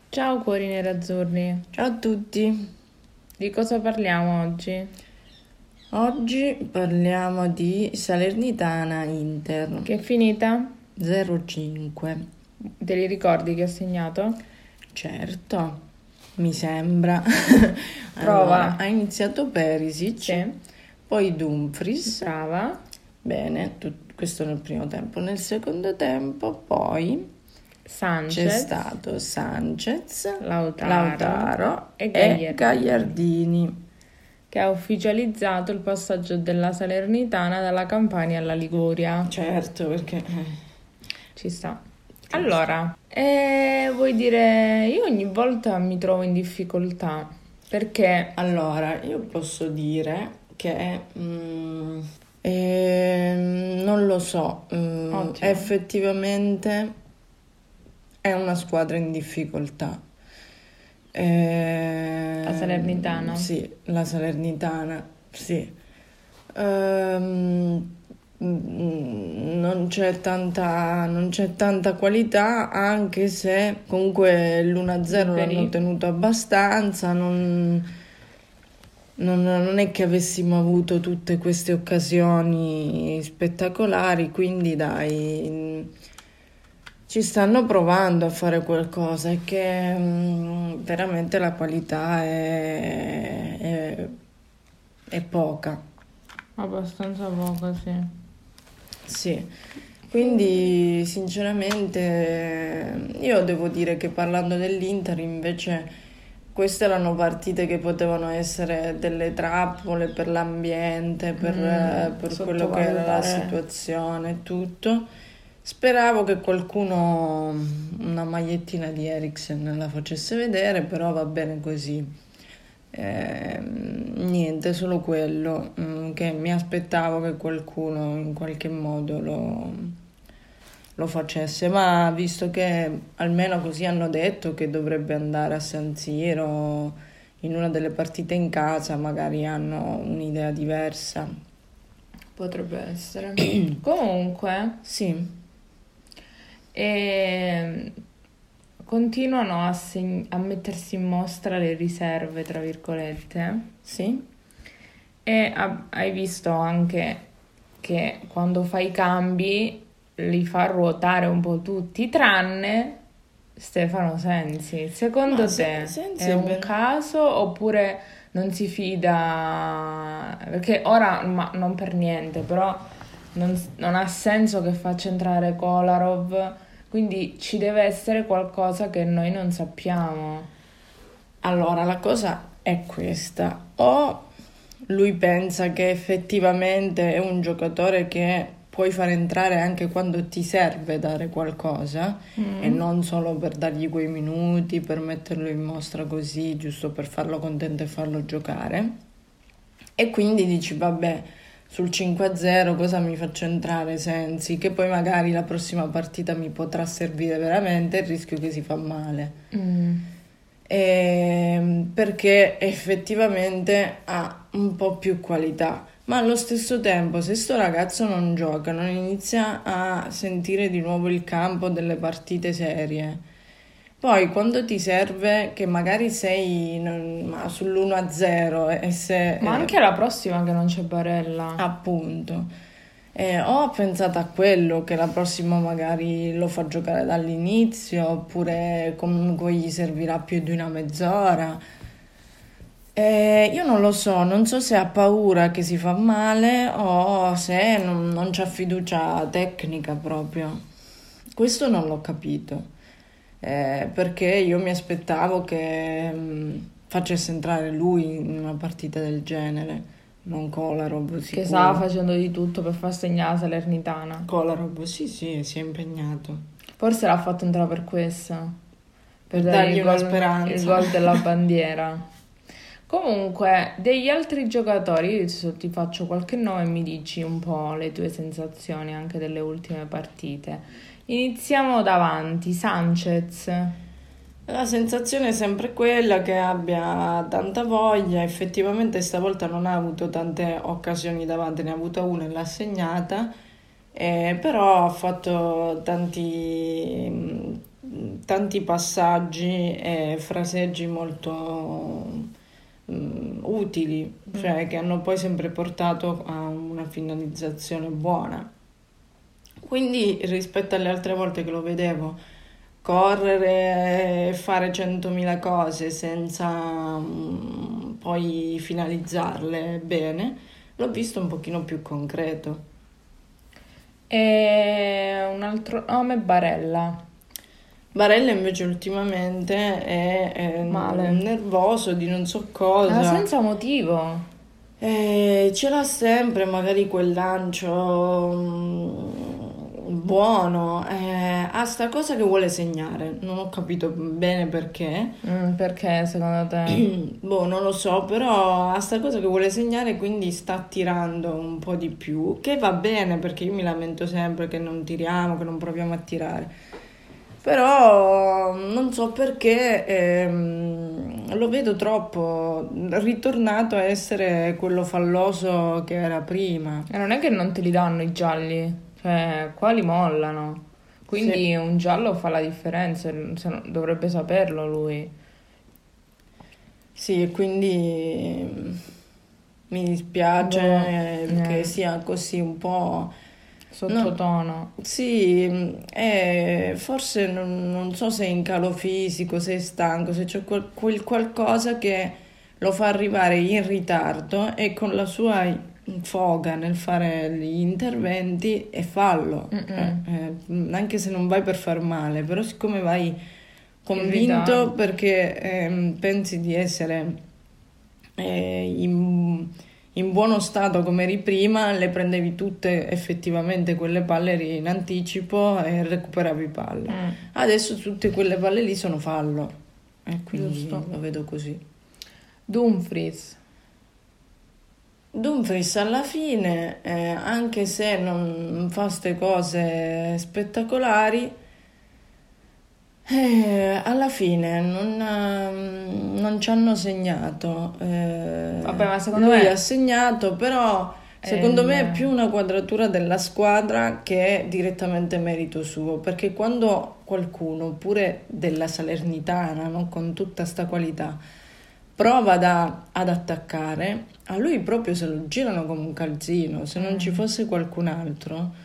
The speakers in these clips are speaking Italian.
Ciao cuori nerazzurri, Ciao a tutti, di cosa parliamo oggi? oggi parliamo di Salernitana Inter Che è finita? 05. Te li ricordi che ho segnato? Certo, mi sembra. Allora, Prova. ha iniziato Perisic, Sì, poi Dumfries. brava. Bene, questo nel primo tempo. Nel secondo tempo poi c'è Sanchez, stato Sanchez, Lautaro Lautaro e e Gagliardini, Gagliardini. che ha ufficializzato il passaggio della Salernitana dalla Campania alla Liguria. Certo, perché Ci sta. giusto. Allora, vuoi dire, io ogni volta mi trovo in difficoltà perché Allora, io posso dire che non lo so, ottimo, effettivamente è una squadra in difficoltà. la Salernitana. Sì, la Salernitana, sì. Ehm, non c'è tanta qualità, anche se comunque l'1-0 l'hanno Liberi? tenuto abbastanza. Non è che avessimo avuto tutte queste occasioni spettacolari, quindi dai, ci stanno provando a fare qualcosa. È che veramente la qualità è poca. Abbastanza poco, sì. Sì, quindi sinceramente io devo dire che parlando dell'Inter invece queste erano partite che potevano essere delle trappole per l'ambiente, per quello che era la Sottovalutare. situazione e tutto. Speravo che qualcuno una magliettina di Eriksen la facesse vedere, però va bene così. Niente, solo quello, che mi aspettavo che qualcuno in qualche modo lo facesse, ma visto che almeno così hanno detto che dovrebbe andare a San Siro in una delle partite in casa, magari hanno un'idea diversa. Potrebbe essere. Comunque, Sì, ehm, continuano a mettersi in mostra le riserve, tra virgolette, sì. e hai visto anche che quando fai i cambi li fa ruotare un po' tutti, tranne Stefano Sensi. Ma Secondo te Sensi è è un caso oppure non si fida? Perché ora, ma non per niente, però non ha senso che faccia entrare Kolarov, quindi ci deve essere qualcosa che noi non sappiamo. Allora, la cosa è questa: o lui pensa che effettivamente è un giocatore che puoi far entrare anche quando ti serve dare qualcosa e Mm. non solo per dargli quei minuti, per metterlo in mostra così, giusto per farlo contento e farlo giocare. E quindi dici, vabbè, sul 5-0 cosa mi faccio entrare Sensi, che poi magari la prossima partita mi potrà servire veramente, il rischio che si fa male. Mm. Perché effettivamente ha un po' più qualità. Ma allo stesso tempo, se sto ragazzo non gioca, non inizia a sentire di nuovo il campo delle partite serie, poi quando ti serve, che magari sei ma sull'1-0 e se Ma anche la prossima che non c'è Barella. appunto, ho pensato a quello che la prossima magari lo fa giocare dall'inizio, oppure comunque gli servirà più di una mezz'ora. Io non lo so, non so se ha paura che si fa male o se non c'ha fiducia tecnica proprio. Questo non l'ho capito. Perché io mi aspettavo che facesse entrare lui in una partita del genere, non Kolarov Che stava sicuro. facendo di tutto per far segnare la Salernitana. Kolarov sì sì, si è impegnato Forse l'ha fatto entrare per questo, per per dare dargli una il speranza. gol della bandiera. Comunque, degli altri giocatori, io adesso ti faccio qualche nome e mi dici un po' le tue sensazioni anche delle ultime partite. Iniziamo davanti, Sanchez. La sensazione è sempre quella che abbia tanta voglia, effettivamente stavolta non ha avuto tante occasioni davanti, ne ha avuta una e l'ha segnata, però ha fatto tanti passaggi e fraseggi molto utili, cioè che hanno poi sempre portato a una finalizzazione buona. Quindi rispetto alle altre volte che lo vedevo correre e fare 100.000 cose senza poi finalizzarle bene, l'ho visto un pochino più concreto. E un altro nome, Barella. Barella invece ultimamente è Male. nervoso di non so Ah, cosa. senza motivo. Ce l'ha sempre magari quel lancio buono. Ha sta cosa che vuole segnare. Non ho capito bene perché. Perché secondo te? Boh, non lo so, però ha sta cosa che vuole segnare, quindi sta tirando un po' di più. Che va bene perché io mi lamento sempre che non tiriamo, che non proviamo a tirare. Però non so perché lo vedo troppo ritornato a essere quello falloso che era prima. E non è che non te li danno i gialli, cioè qua li mollano. Quindi Sì, un giallo fa la differenza, dovrebbe saperlo lui. sì, e quindi mi dispiace Boh, che eh, sia così un po'. No, sottotono. sì, forse non so se è in calo fisico, se è stanco, se c'è quel qualcosa che lo fa arrivare in ritardo e con la sua foga nel fare gli interventi è fallo. Mm-mm. Anche se non vai per far male, però siccome vai In convinto ritardo. perché pensi di essere in buono stato come eri prima, le prendevi tutte effettivamente quelle palle eri in anticipo e recuperavi palle. Mm, Adesso tutte quelle palle lì sono fallo e quindi giusto. lo vedo così. Dumfries. Dumfries alla fine, anche se non fa ste cose spettacolari, alla fine non ci hanno segnato. Vabbè, ma secondo Lui ha me segnato, però è secondo me è più una quadratura della squadra che è direttamente merito suo, perché quando qualcuno, pure della Salernitana, no, con tutta sta qualità, prova ad attaccare, a lui proprio se lo girano come un calzino, se non ci fosse qualcun altro.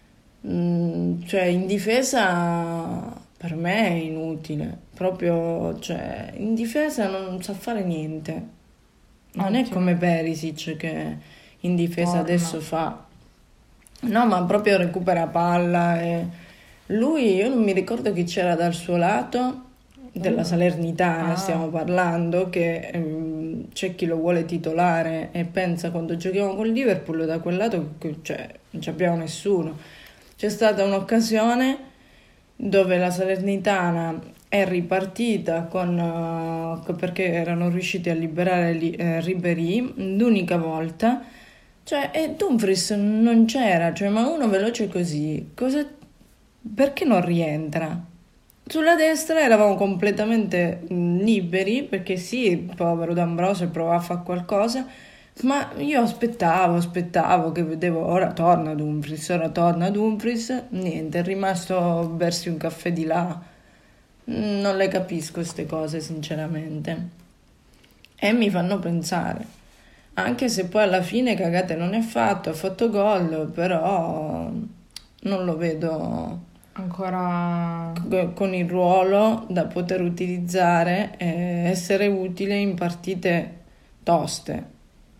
Cioè in difesa per me è inutile, proprio, cioè in difesa non sa fare niente. Non è ottimo. come Perisic che in difesa Torna. adesso fa. No, ma proprio recupera palla e lui, io non mi ricordo chi c'era dal suo lato, della Salernitana Ah, stiamo parlando, che c'è chi lo vuole titolare e pensa quando giochiamo con Liverpool da quel lato, cioè non ci abbiamo nessuno. C'è stata un'occasione dove la Salernitana è ripartita perché erano riusciti a liberare Ribéry l'unica volta, cioè, e Dumfries non c'era, cioè, ma uno veloce così, perché non rientra? Sulla destra eravamo completamente liberi, perché sì, il povero D'Ambrosio provava a fare qualcosa, ma io aspettavo che vedevo, ora torna Dumfries, niente, è rimasto a bersi un caffè di là. Non le capisco queste cose, sinceramente. E mi fanno pensare. Anche se poi alla fine cagate non ne ha fatto gol, però non lo vedo ancora. con il ruolo da poter utilizzare e essere utile in partite toste.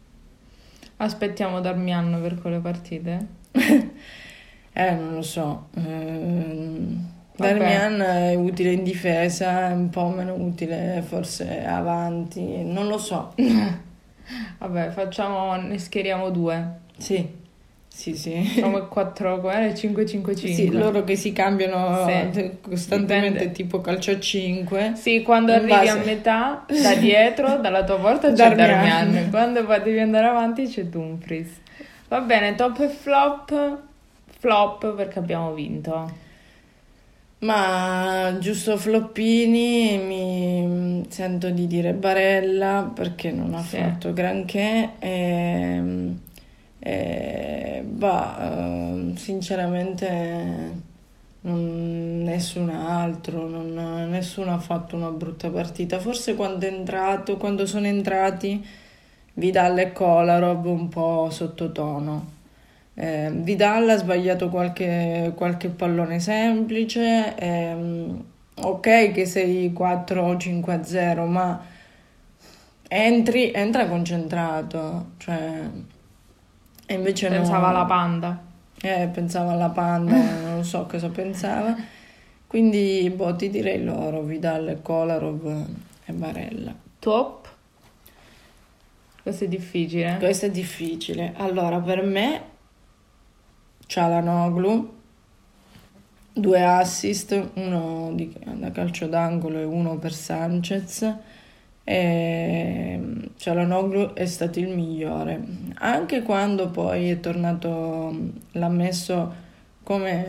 Aspettiamo Darmian per quelle partite. Non lo so. Vabbè, Darmian è utile in difesa, è un po' meno utile forse avanti, non lo so. vabbè, ne schieriamo due. Sì, sì, sì. Come 4, come Sì, 5-5-5. loro che si cambiano Sì, costantemente dipende. tipo calcio a 5 Sì, quando in arrivi a base metà, da dietro, dalla tua porta c'è Darmian. Darmian. Quando poi devi andare avanti c'è Dumfries. Va bene, top e flop. Flop perché abbiamo vinto. Ma giusto Floppini, mi sento di dire Barella perché non ha Sì. fatto granché. Sinceramente nessun altro, nessuno ha fatto una brutta partita. Forse quando sono entrati Vidal e Kolarov un po' sottotono. Vidal ha sbagliato qualche pallone semplice, ok che sei 4 o 5-0, ma entra concentrato, cioè, e invece Pensava no. alla Panda. Pensava alla Panda, non so cosa pensava. Quindi, ti direi loro, Vidal, Kolarov e Barella. Top. Questo è difficile. Questo è difficile. Allora, per me, Çalhanoğlu, 2 assist, uno da calcio d'angolo e uno per Sanchez. E Çalhanoğlu è stato il migliore, anche quando poi è tornato, l'ha messo come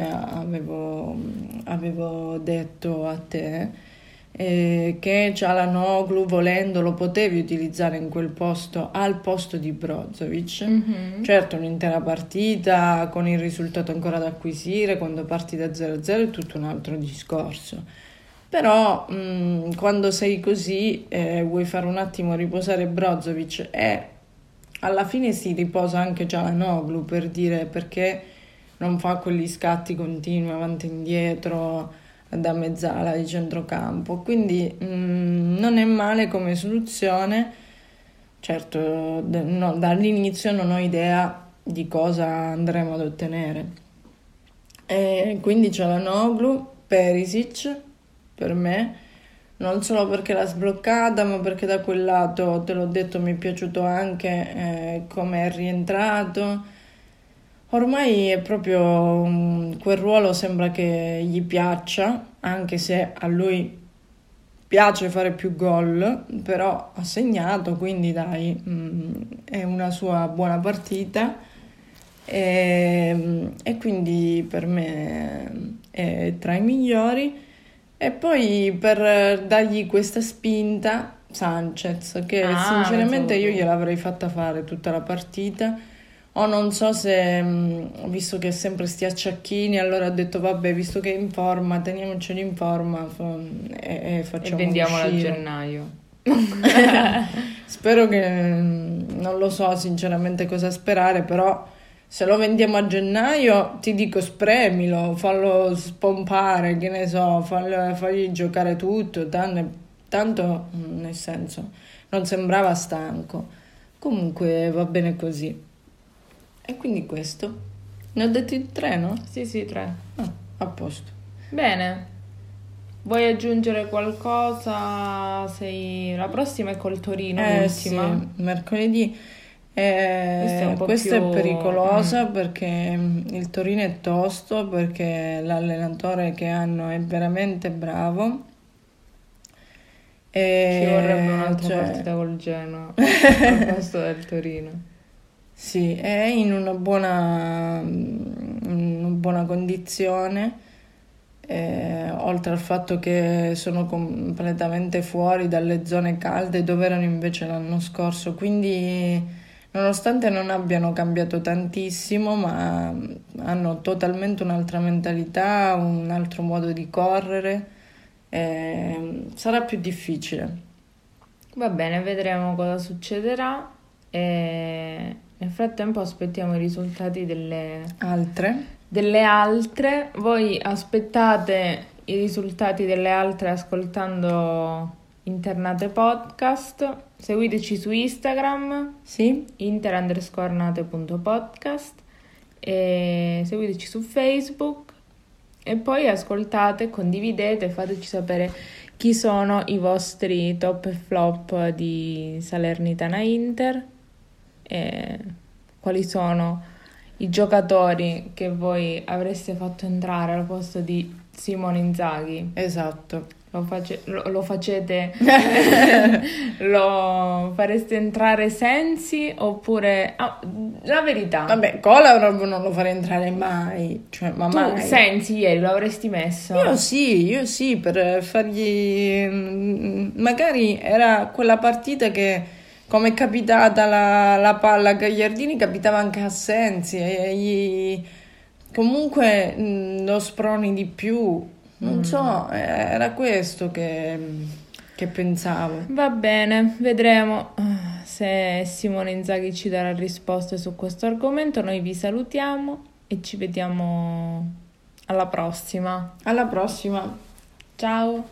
avevo detto a te, che Çalhanoğlu volendo lo potevi utilizzare in quel posto al posto di Brozovic. Certo, un'intera partita con il risultato ancora da acquisire, quando parti da 0-0 è tutto un altro discorso. Però quando sei così vuoi fare un attimo riposare Brozovic e alla fine si riposa anche Çalhanoğlu, per dire, perché non fa quegli scatti continui avanti e indietro da mezzala di centrocampo, quindi non è male come soluzione. Certo, no, dall'inizio non ho idea di cosa andremo ad ottenere, e quindi Çalhanoğlu, Perisic per me, non solo perché l'ha sbloccata, ma perché da quel lato, te l'ho detto, mi è piaciuto anche come è rientrato. Ormai è proprio quel ruolo, sembra che gli piaccia, anche se a lui piace fare più gol, però ha segnato, quindi dai, è una sua buona partita e quindi per me è tra i migliori. E poi per dargli questa spinta, Sanchez, che sinceramente io gliel'avrei fatta fare tutta la partita, o non so se, visto che è sempre sti acciacchini, allora ho detto vabbè, visto che è in forma, teniamocelo in forma e facciamo e vendiamola uscire. a gennaio. Spero che, non lo so sinceramente cosa sperare, però se lo vendiamo a gennaio, ti dico spremilo, fallo spompare, che ne so, fagli giocare tutto, tanto nel senso, non sembrava stanco. Comunque va bene così. E quindi questo. Ne ho detti 3, no? Sì, 3. A posto. Bene. Vuoi aggiungere qualcosa? La prossima è col Torino, l'ultima. Sì, mercoledì. Questa è pericolosa perché il Torino è tosto, perché l'allenatore che hanno è veramente bravo. Ci vorrebbe un'altra partita col Genoa al posto del Torino. Sì, è in una buona condizione, oltre al fatto che sono completamente fuori dalle zone calde dove erano invece l'anno scorso, quindi nonostante non abbiano cambiato tantissimo, ma hanno totalmente un'altra mentalità, un altro modo di correre, sarà più difficile. Va bene, vedremo cosa succederà e nel frattempo aspettiamo i risultati delle altre. Voi aspettate i risultati delle altre ascoltando Internate Podcast. Seguiteci su Instagram, sì, inter_nate.podcast, e seguiteci su Facebook e poi ascoltate, condividete, fateci sapere chi sono i vostri top e flop di Salernitana Inter e quali sono i giocatori che voi avreste fatto entrare al posto di Simone Inzaghi. Esatto. Lo facete, lo fareste entrare Sensi oppure la verità? Vabbè, Kolarov non lo farei entrare mai, cioè, ma Tu mai. Sensi ieri lo avresti messo? Io sì, per fargli, magari era quella partita che, come è capitata la palla a Gagliardini, capitava anche a Sensi e comunque lo sproni di più, non so, era questo che pensavo. Va bene, vedremo se Simone Inzaghi ci darà risposte su questo argomento. Noi vi salutiamo e ci vediamo alla prossima. Alla prossima. Ciao!